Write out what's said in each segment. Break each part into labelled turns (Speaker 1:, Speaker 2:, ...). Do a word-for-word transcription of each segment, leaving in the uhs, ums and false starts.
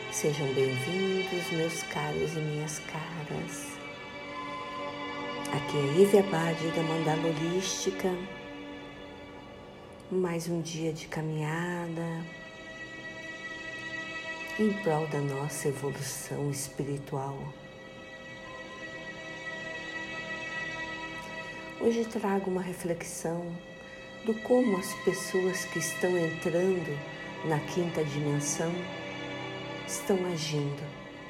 Speaker 1: Sejam bem-vindos, meus caros e minhas caras. Aqui é Ivy Abade da Mandala Holística. Mais um dia de caminhada em prol da nossa evolução espiritual. Hoje trago uma reflexão do como as pessoas que estão entrando na quinta dimensão estão agindo.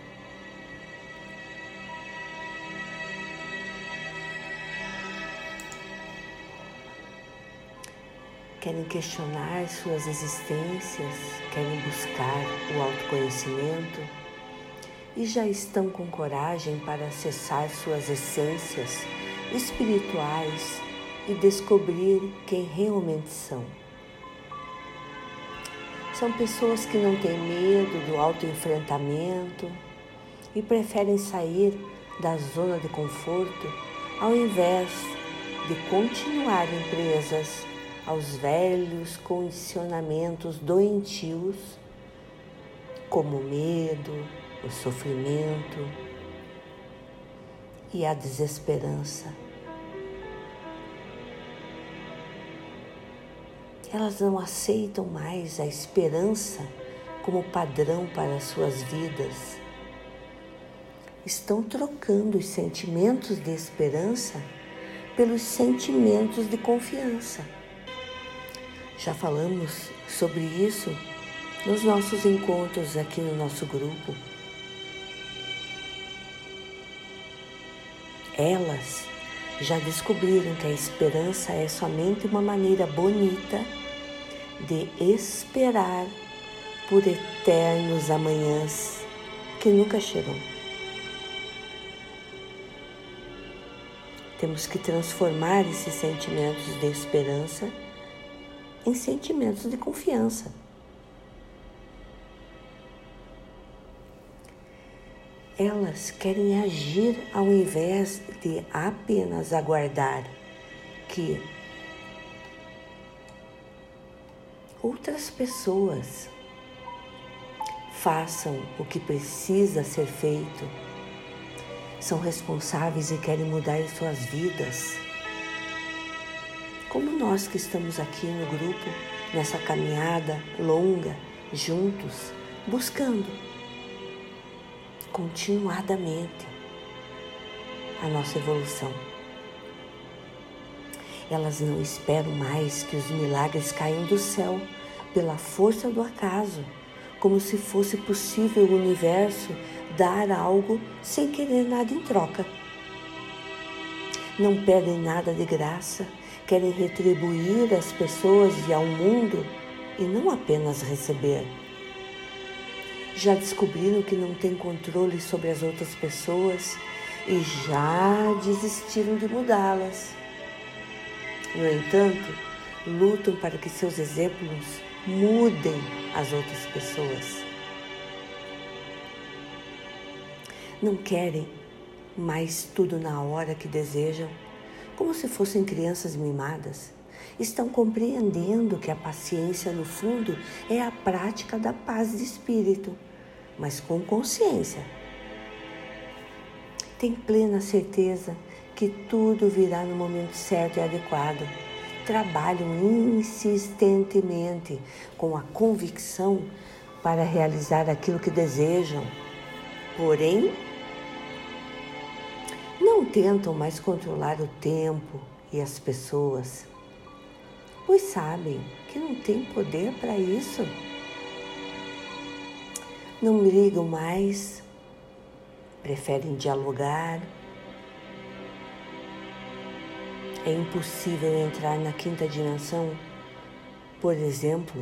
Speaker 1: Querem questionar suas existências, querem buscar o autoconhecimento e já estão com coragem para acessar suas essências espirituais e descobrir quem realmente são. São pessoas que não têm medo do autoenfrentamento e preferem sair da zona de conforto ao invés de continuarem presas aos velhos condicionamentos doentios, como o medo, o sofrimento e a desesperança. Elas não aceitam mais a esperança como padrão para as suas vidas. Estão trocando os sentimentos de esperança pelos sentimentos de confiança. Já falamos sobre isso nos nossos encontros aqui no nosso grupo. Elas já descobriram que a esperança é somente uma maneira bonita de esperar por eternos amanhãs que nunca chegam. Temos que transformar esses sentimentos de esperança em sentimentos de confiança. Elas querem agir ao invés de apenas aguardar que outras pessoas façam o que precisa ser feito. São responsáveis e querem mudar suas vidas. Como nós que estamos aqui no grupo, nessa caminhada longa, juntos, buscando continuadamente a nossa evolução. Elas não esperam mais que os milagres caiam do céu pela força do acaso, como se fosse possível o universo dar algo sem querer nada em troca. Não pedem nada de graça, querem retribuir às pessoas e ao mundo e não apenas receber. Já descobriram que não têm controle sobre as outras pessoas e já desistiram de mudá-las. No entanto, lutam para que seus exemplos mudem as outras pessoas. Não querem mais tudo na hora que desejam, como se fossem crianças mimadas. Estão compreendendo que a paciência, no fundo, é a prática da paz de espírito, mas com consciência. Tem plena certeza que tudo virá no momento certo e adequado. Trabalham insistentemente com a convicção para realizar aquilo que desejam. Porém, não tentam mais controlar o tempo e as pessoas, pois sabem que não têm poder para isso. Não brigam mais, preferem dialogar. É impossível entrar na quinta dimensão, por exemplo,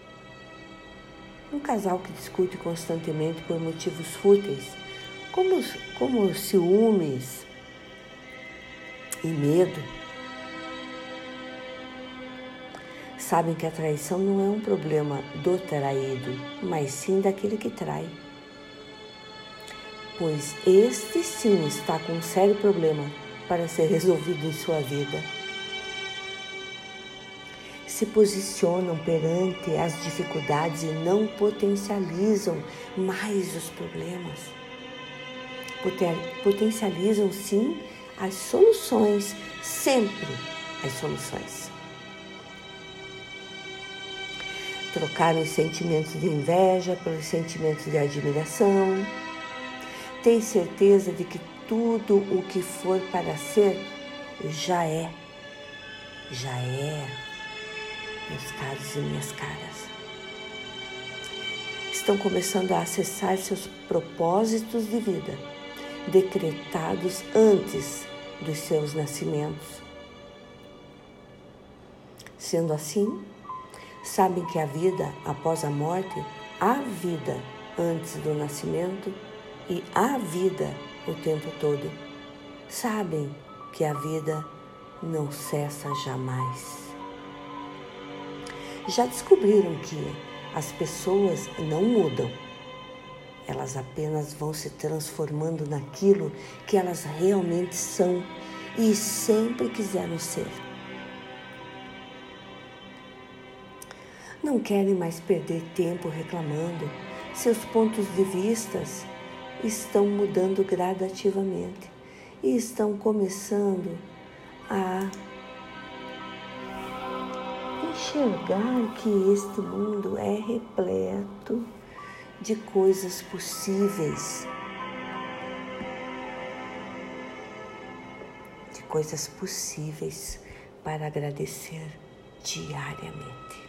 Speaker 1: um casal que discute constantemente por motivos fúteis, como, como ciúmes e medo. Sabem que a traição não é um problema do traído, mas sim daquele que trai. Pois este sim está com um sério problema para ser resolvido em sua vida. se posicionam perante as dificuldades e não potencializam mais os problemas. Potencializam sim as soluções, sempre as soluções. Trocaram os sentimentos de inveja pelos sentimentos de admiração. Tem certeza de que tudo o que for para ser, já é. Já é, meus caros e minhas caras. Estão começando a acessar seus propósitos de vida, decretados antes dos seus nascimentos. Sendo assim, sabem que a vida após a morte, há vida antes do nascimento e há vida o tempo todo. Sabem que a vida não cessa jamais. Já descobriram que as pessoas não mudam. Elas apenas vão se transformando naquilo que elas realmente são e sempre quiseram ser. Não querem mais perder tempo reclamando. Seus pontos de vista estão mudando gradativamente e estão começando a enxergar que este mundo é repleto de coisas possíveis, de coisas possíveis para agradecer diariamente.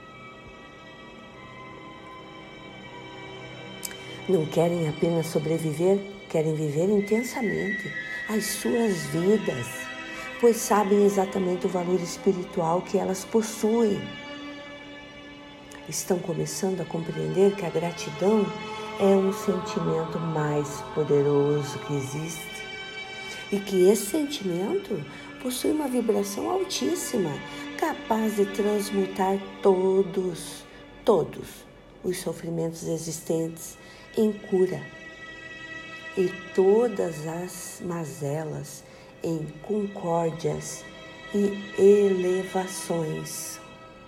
Speaker 1: Não querem apenas sobreviver, querem viver intensamente as suas vidas, pois sabem exatamente o valor espiritual que elas possuem. Estão começando a compreender que a gratidão é um sentimento mais poderoso que existe e que esse sentimento possui uma vibração altíssima, capaz de transmutar todos, todos os sofrimentos existentes em cura e todas as mazelas em concórdias e elevações.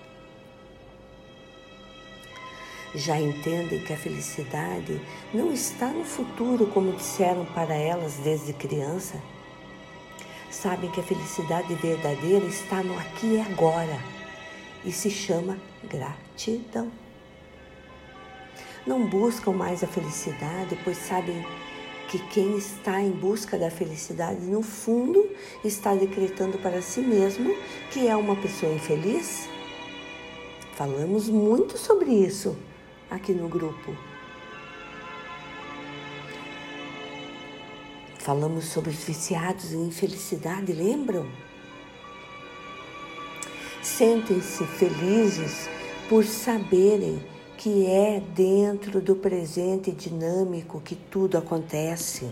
Speaker 1: Já entendem que a felicidade não está no futuro, como disseram para elas desde criança. Sabem que a felicidade verdadeira está no aqui e agora e se chama gratidão. Não buscam mais a felicidade, pois sabem que quem está em busca da felicidade, no fundo, está decretando para si mesmo que é uma pessoa infeliz. Falamos muito sobre isso aqui no grupo. Falamos sobre os viciados em infelicidade, lembram? Sentem-se felizes por saberem que é dentro do presente dinâmico que tudo acontece.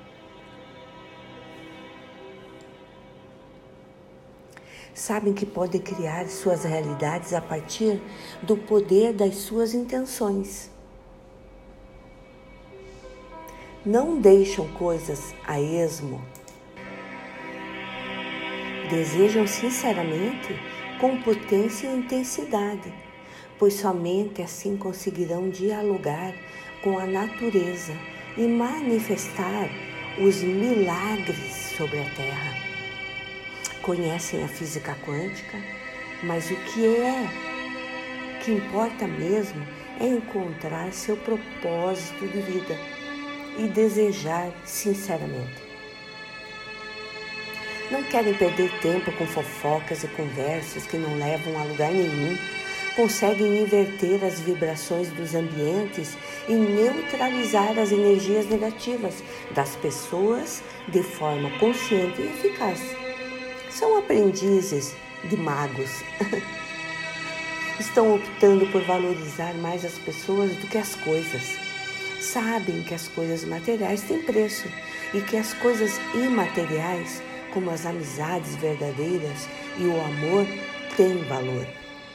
Speaker 1: Sabem que podem criar suas realidades a partir do poder das suas intenções. Não deixam coisas a esmo. Desejam sinceramente, com potência e intensidade, pois somente assim conseguirão dialogar com a natureza e manifestar os milagres sobre a Terra. Conhecem a física quântica, mas o que é que importa mesmo é encontrar seu propósito de vida e desejar sinceramente. Não querem perder tempo com fofocas e conversas que não levam a lugar nenhum. Conseguem inverter as vibrações dos ambientes e neutralizar as energias negativas das pessoas de forma consciente e eficaz. São aprendizes de magos. Estão optando por valorizar mais as pessoas do que as coisas. Sabem que as coisas materiais têm preço e que as coisas imateriais, como as amizades verdadeiras e o amor, têm valor.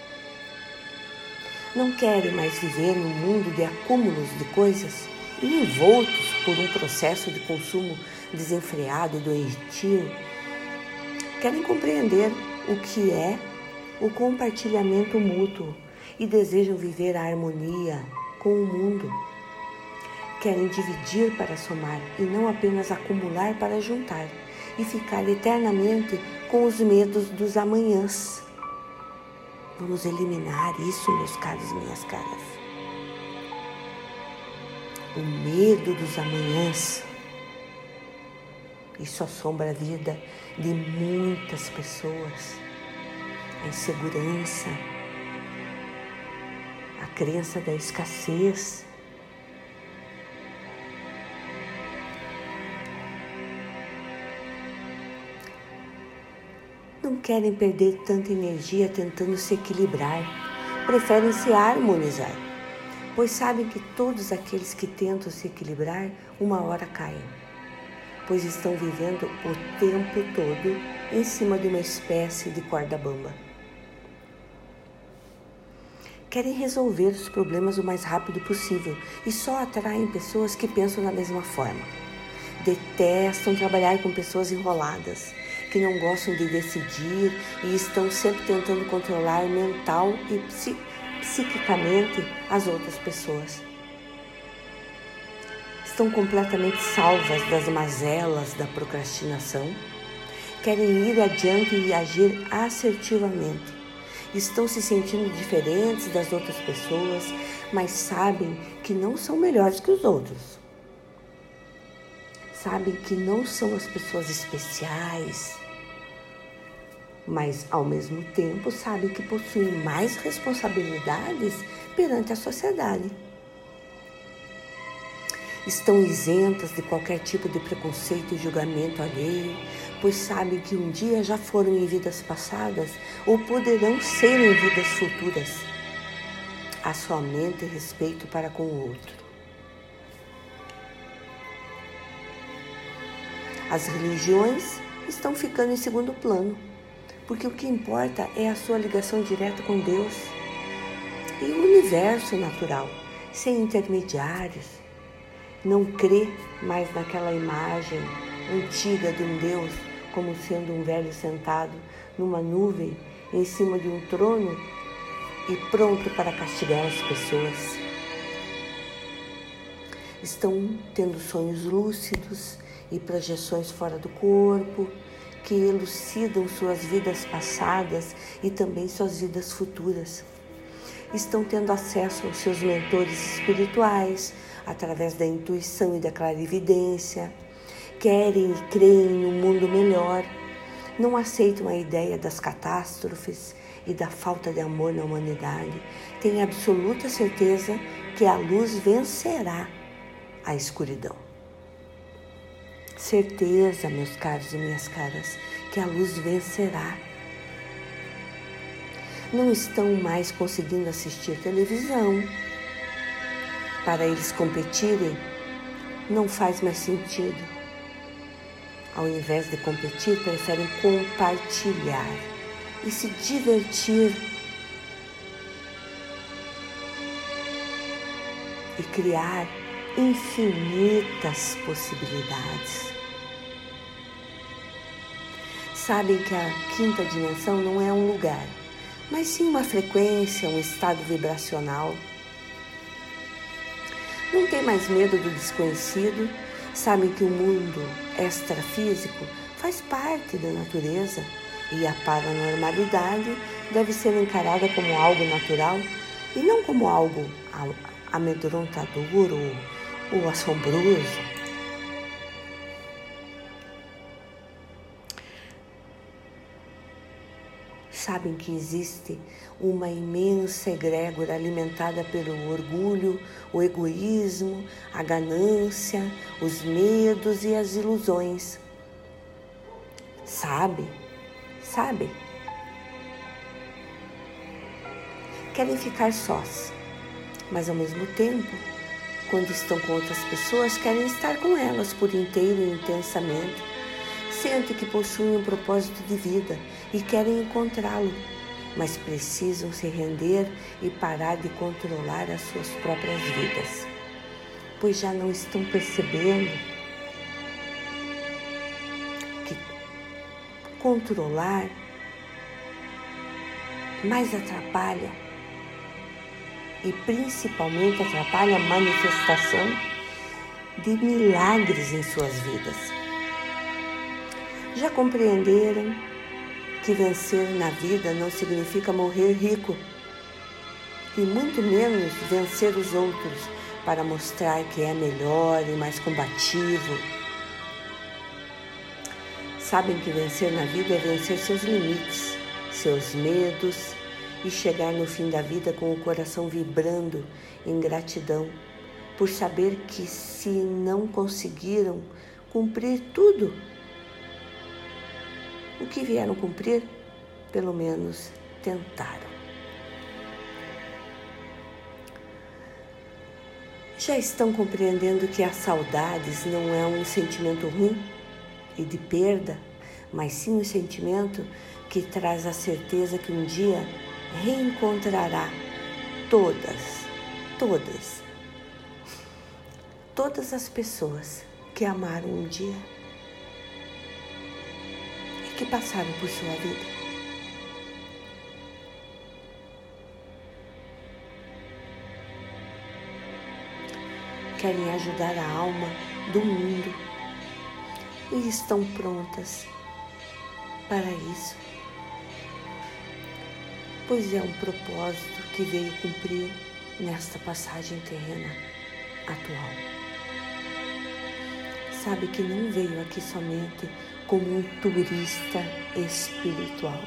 Speaker 1: Não querem mais viver num mundo de acúmulos de coisas e envoltos por um processo de consumo desenfreado e doentio. Querem compreender o que é o compartilhamento mútuo e desejam viver a harmonia com o mundo. Querem dividir para somar e não apenas acumular para juntar e ficar eternamente com os medos dos amanhãs. Vamos eliminar isso, meus caros e minhas caras. O medo dos amanhãs. Isso assombra a vida de muitas pessoas. A insegurança, a crença da escassez. Não querem perder tanta energia tentando se equilibrar, preferem se harmonizar, pois sabem que todos aqueles que tentam se equilibrar, uma hora caem, pois estão vivendo o tempo todo em cima de uma espécie de corda bamba. Querem resolver os problemas o mais rápido possível e só atraem pessoas que pensam da mesma forma. Detestam trabalhar com pessoas enroladas, que não gostam de decidir e estão sempre tentando controlar mental e psi- psiquicamente as outras pessoas. Estão completamente salvas das mazelas da procrastinação. Querem ir adiante e agir assertivamente. Estão se sentindo diferentes das outras pessoas, mas sabem que não são melhores que os outros. Sabem que não são as pessoas especiais, mas ao mesmo tempo sabem que possuem mais responsabilidades perante a sociedade. Estão isentas de qualquer tipo de preconceito e julgamento alheio, pois sabem que um dia já foram em vidas passadas ou poderão ser em vidas futuras. Há somente respeito para com o outro. As religiões estão ficando em segundo plano, porque o que importa é a sua ligação direta com Deus e o universo natural, sem intermediários. Não crê mais naquela imagem antiga de um Deus como sendo um velho sentado numa nuvem em cima de um trono e pronto para castigar as pessoas. Estão tendo sonhos lúcidos e projeções fora do corpo, que elucidam suas vidas passadas e também suas vidas futuras. Estão tendo acesso aos seus mentores espirituais, através da intuição e da clarividência. Querem e creem em um mundo melhor. Não aceitam a ideia das catástrofes e da falta de amor na humanidade. Têm absoluta certeza que a luz vencerá a escuridão. Certeza, meus caros e minhas caras, que a luz vencerá. Não estão mais conseguindo assistir televisão. Para eles competirem, não faz mais sentido. Ao invés de competir, preferem compartilhar e se divertir e criar infinitas possibilidades. Sabem que a quinta dimensão não é um lugar, mas sim uma frequência, um estado vibracional. Não tem mais medo do desconhecido, sabem que o mundo extrafísico faz parte da natureza e a paranormalidade deve ser encarada como algo natural e não como algo amedrontador ou, ou assombroso. Sabem que existe uma imensa egrégora alimentada pelo orgulho, o egoísmo, a ganância, os medos e as ilusões. Sabe? Sabe? Querem ficar sós, mas ao mesmo tempo, quando estão com outras pessoas, querem estar com elas por inteiro e intensamente. Sentem que possuem um propósito de vida e querem encontrá-lo, mas precisam se render e parar de controlar as suas próprias vidas, pois já não estão percebendo que controlar mas atrapalha e principalmente atrapalha a manifestação de milagres em suas vidas. Já compreenderam que vencer na vida não significa morrer rico e muito menos vencer os outros para mostrar que é melhor e mais combativo? Sabem que vencer na vida é vencer seus limites, seus medos e chegar no fim da vida com o coração vibrando em gratidão por saber que se não conseguiram cumprir tudo o que vieram cumprir, pelo menos tentaram. Já estão compreendendo que as saudades não é um sentimento ruim e de perda, mas sim um sentimento que traz a certeza que um dia reencontrará todas, todas, todas as pessoas que amaram um dia e que passaram por sua vida. Querem ajudar a alma do mundo e estão prontas para isso, pois é um propósito que veio cumprir nesta passagem terrena atual. Sabe que não veio aqui somente como um turista espiritual.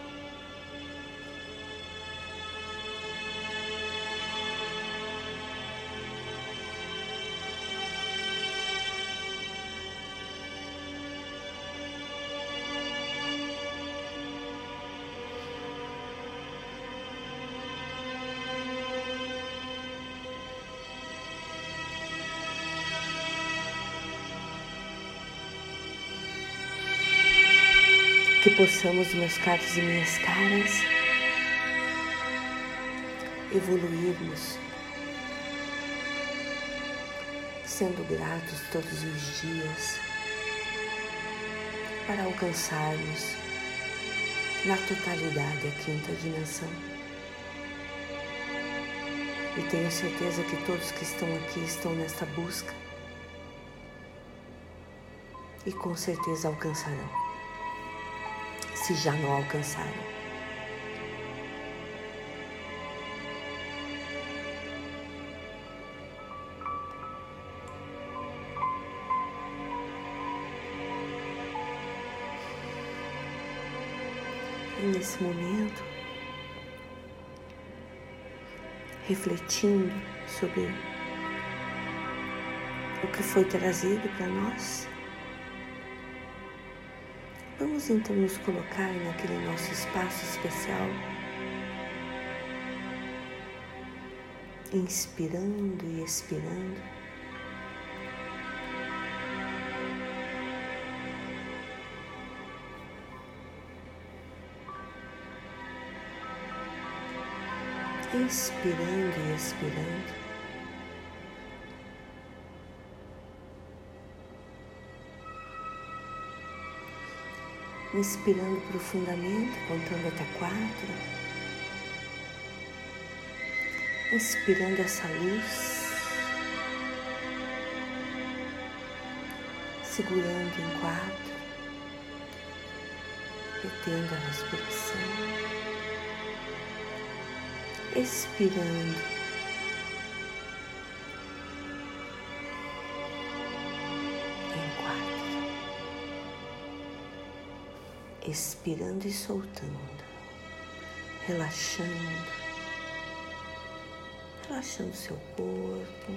Speaker 1: Que possamos, meus caros e minhas caras, evoluirmos, sendo gratos todos os dias para alcançarmos na totalidade a quinta dimensão. E tenho certeza que todos que estão aqui estão nesta busca e com certeza alcançarão, se já não alcançaram. E nesse momento, refletindo sobre o que foi trazido para nós, vamos então nos colocar naquele nosso espaço especial, inspirando e expirando. Inspirando e expirando. Inspirando profundamente, contando até quatro. Inspirando essa luz. Segurando em quatro. Retendo a respiração. Expirando. Em quatro. Expirando e soltando, relaxando, relaxando seu corpo.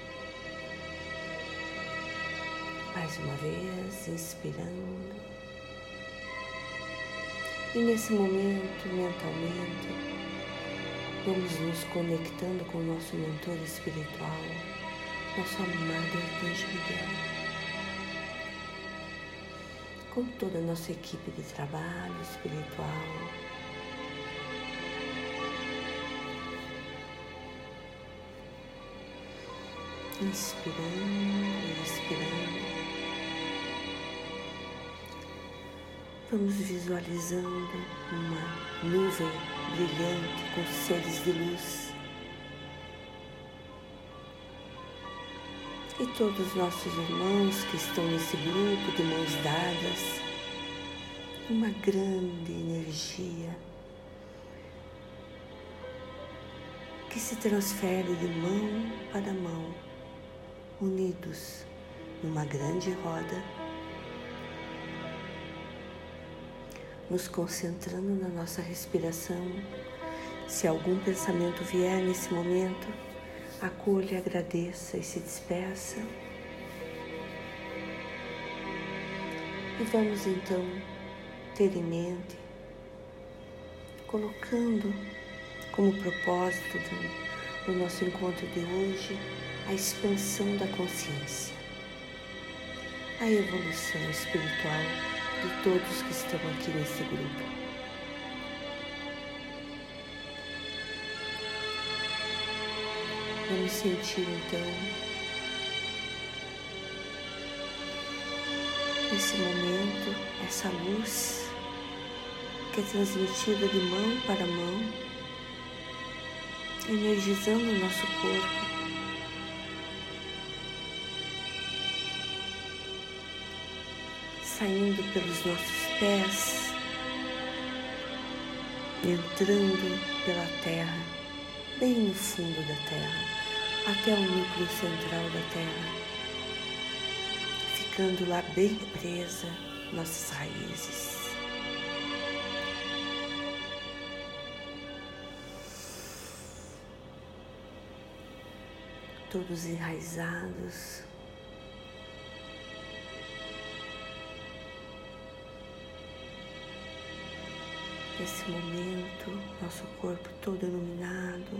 Speaker 1: Mais uma vez, inspirando. E nesse momento, mentalmente, vamos nos conectando com o nosso mentor espiritual, nosso amado Arcanjo Miguel, com toda a nossa equipe de trabalho espiritual. Inspirando e expirando. Vamos visualizando uma nuvem brilhante com seres de luz. E todos os nossos irmãos que estão nesse grupo de mãos dadas, uma grande energia que se transfere de mão para mão, unidos numa grande roda, nos concentrando na nossa respiração. Se algum pensamento vier nesse momento, acolha, agradeça e se despeça. E vamos então ter em mente, colocando como propósito do, do nosso encontro de hoje, a expansão da consciência, a evolução espiritual de todos que estão aqui nesse grupo. Vamos sentir então, nesse momento, essa luz que é transmitida de mão para mão, energizando o nosso corpo, saindo pelos nossos pés, entrando pela terra, bem no fundo da terra, até o núcleo central da terra, ficando lá bem presa nossas raízes. Todos enraizados, nesse momento, nosso corpo todo iluminado,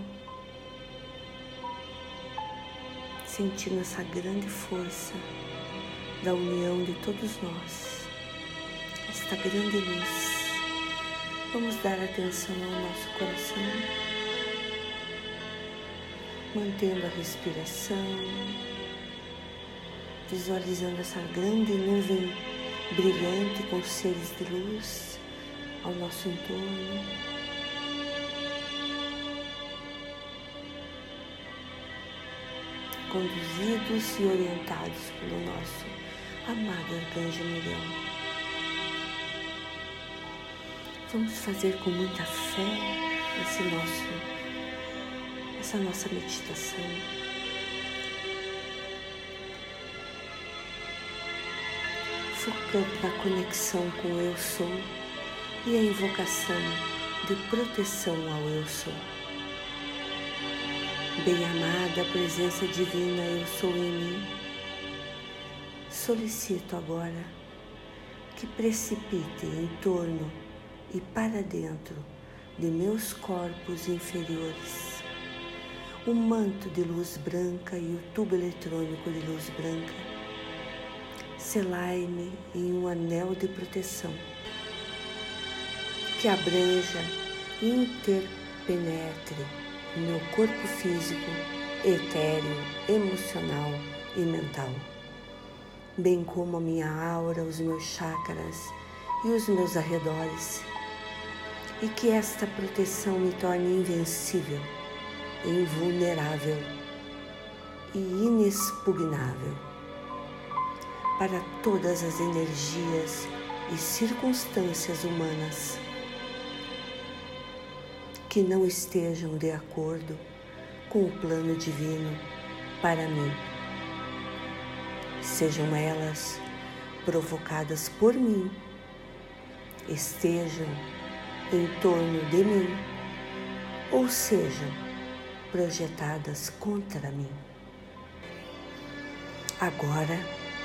Speaker 1: sentindo essa grande força da união de todos nós, esta grande luz. Vamos dar atenção ao nosso coração, mantendo a respiração, visualizando essa grande nuvem brilhante com seres de luz ao nosso entorno. Conduzidos e orientados pelo nosso amado Arcanjo Miguel. Vamos fazer com muita fé esse nosso essa nossa meditação. Focando na conexão com o Eu Sou e a invocação de proteção ao Eu Sou. Bem-amada presença divina Eu Sou em mim, solicito agora que precipite em torno e para dentro de meus corpos inferiores o manto de luz branca e o tubo eletrônico de luz branca. Selai-me em um anel de proteção que abranja e interpenetre o meu corpo físico, etéreo, emocional e mental, bem como a minha aura, os meus chakras e os meus arredores, e que esta proteção me torne invencível, invulnerável e inexpugnável para todas as energias e circunstâncias humanas que não estejam de acordo com o plano divino para mim, sejam elas provocadas por mim, estejam em torno de mim, ou sejam projetadas contra mim. Agora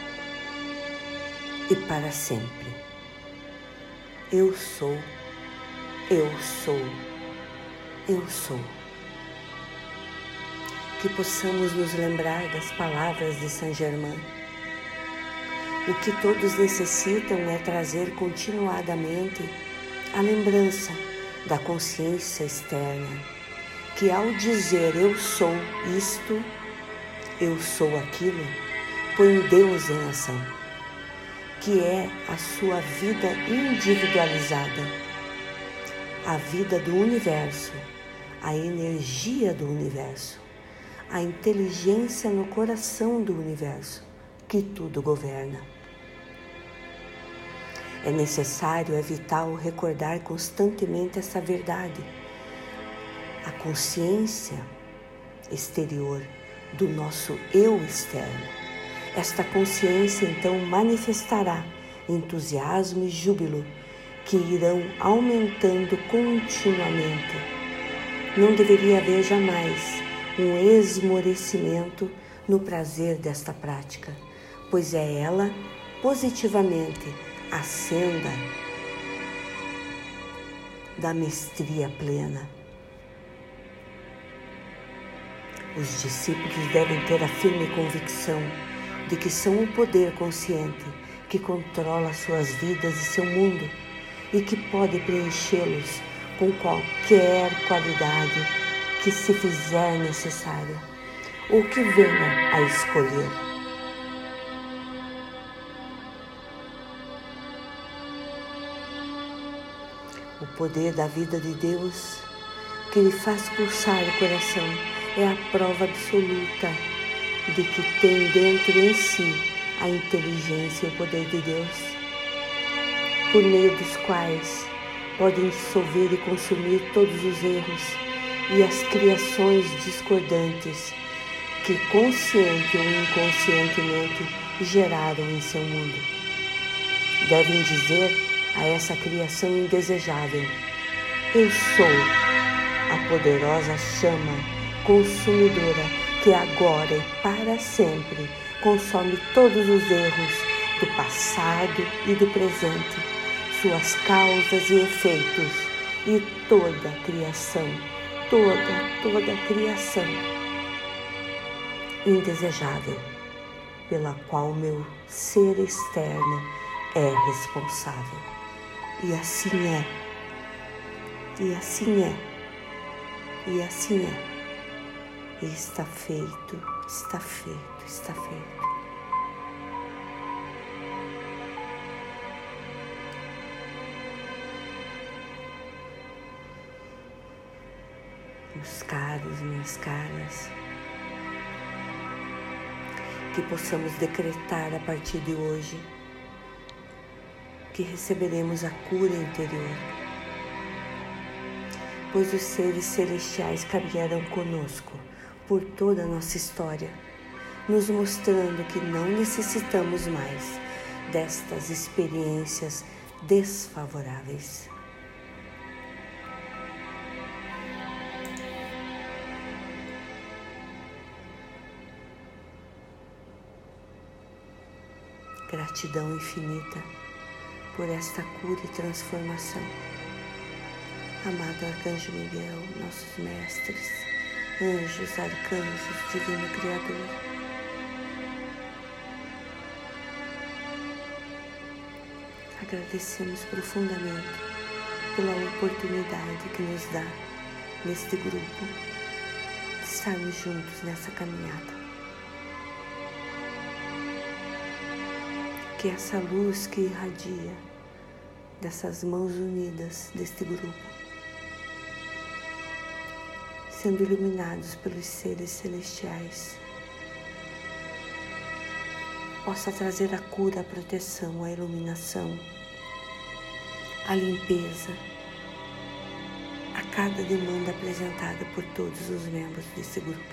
Speaker 1: e para sempre. Eu sou, eu sou, eu sou. Que possamos nos lembrar das palavras de Saint Germain. O que todos necessitam é trazer continuadamente a lembrança da consciência externa, que ao dizer eu sou isto, eu sou aquilo, põe Deus em ação, que é a sua vida individualizada, a vida do universo, a energia do universo, a inteligência no coração do universo, que tudo governa. É necessário, é vital recordar constantemente essa verdade. A consciência exterior do nosso eu externo. Esta consciência então manifestará entusiasmo e júbilo que irão aumentando continuamente. Não deveria haver jamais um esmorecimento no prazer desta prática, pois é ela positivamente a senda da mestria plena. Os discípulos devem ter a firme convicção de que são o poder consciente que controla suas vidas e seu mundo e que pode preenchê-los com qualquer qualidade que se fizer necessária ou que venha a escolher. O poder da vida de Deus que lhe faz pulsar o coração é a prova absoluta de que tem dentro em si a inteligência e o poder de Deus, por meio dos quais podem dissolver e consumir todos os erros e as criações discordantes que consciente ou inconscientemente geraram em seu mundo. Devem dizer a essa criação indesejável: eu sou a poderosa chama consumidora que agora e para sempre consome todos os erros do passado e do presente, suas causas e efeitos, e toda a criação, toda, toda a criação indesejável, pela qual meu ser externo é responsável. E assim é, e assim é, e assim é. E está feito, está feito, está feito. Meus caros, minhas caras, que possamos decretar a partir de hoje que receberemos a cura interior, pois os seres celestiais caminharão conosco por toda a nossa história, nos mostrando que não necessitamos mais destas experiências desfavoráveis. Gratidão infinita por esta cura e transformação. Amado Arcanjo Miguel, nossos mestres, anjos, arcanjos, Divino Criador, agradecemos profundamente pela oportunidade que nos dá neste grupo de estarmos juntos nessa caminhada. Que essa luz que irradia dessas mãos unidas deste grupo, sendo iluminados pelos seres celestiais, possa trazer a cura, a proteção, a iluminação, a limpeza a cada demanda apresentada por todos os membros desse grupo.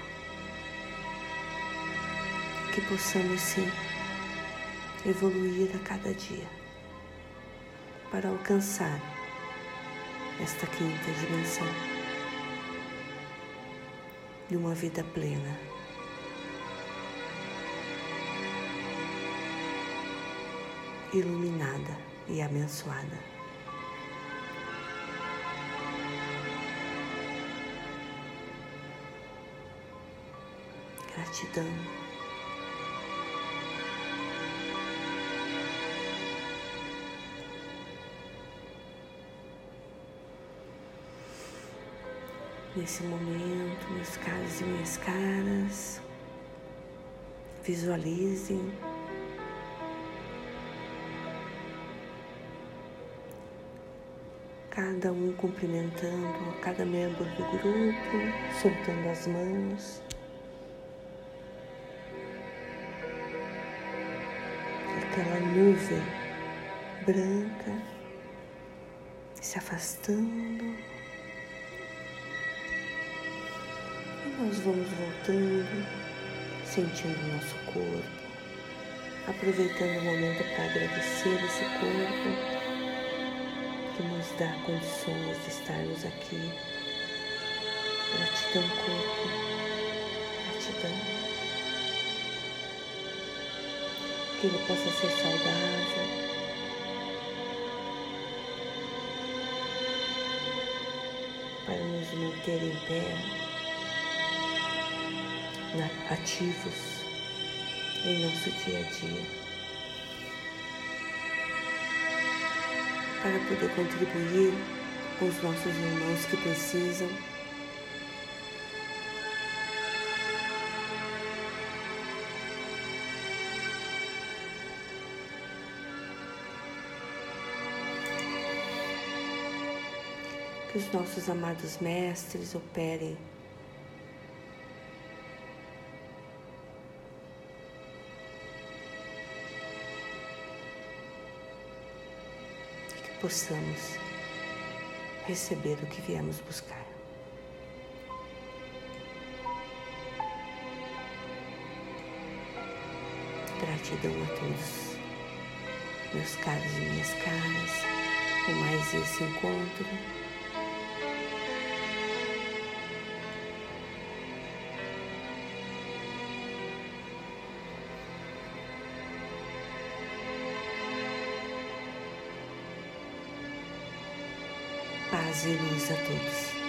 Speaker 1: Que possamos sim evoluir a cada dia para alcançar esta quinta dimensão de uma vida plena, iluminada e abençoada. Gratidão. Nesse momento, meus caros e minhas caras, visualizem cada cada um cumprimentando a cada membro do grupo, soltando as mãos. Aquela nuvem branca se afastando. E nós vamos voltando, sentindo o nosso corpo, aproveitando o momento para agradecer esse corpo que nos dá condições de estarmos aqui. Gratidão, corpo. Gratidão. Que ele possa ser saudável. Para nos manter em pé, ativos em nosso dia a dia. Para poder contribuir com os nossos irmãos que precisam. Que os nossos amados mestres operem e que possamos receber o que viemos buscar. Gratidão a todos, meus caros e minhas caras, por mais esse encontro. Paz e luz a todos.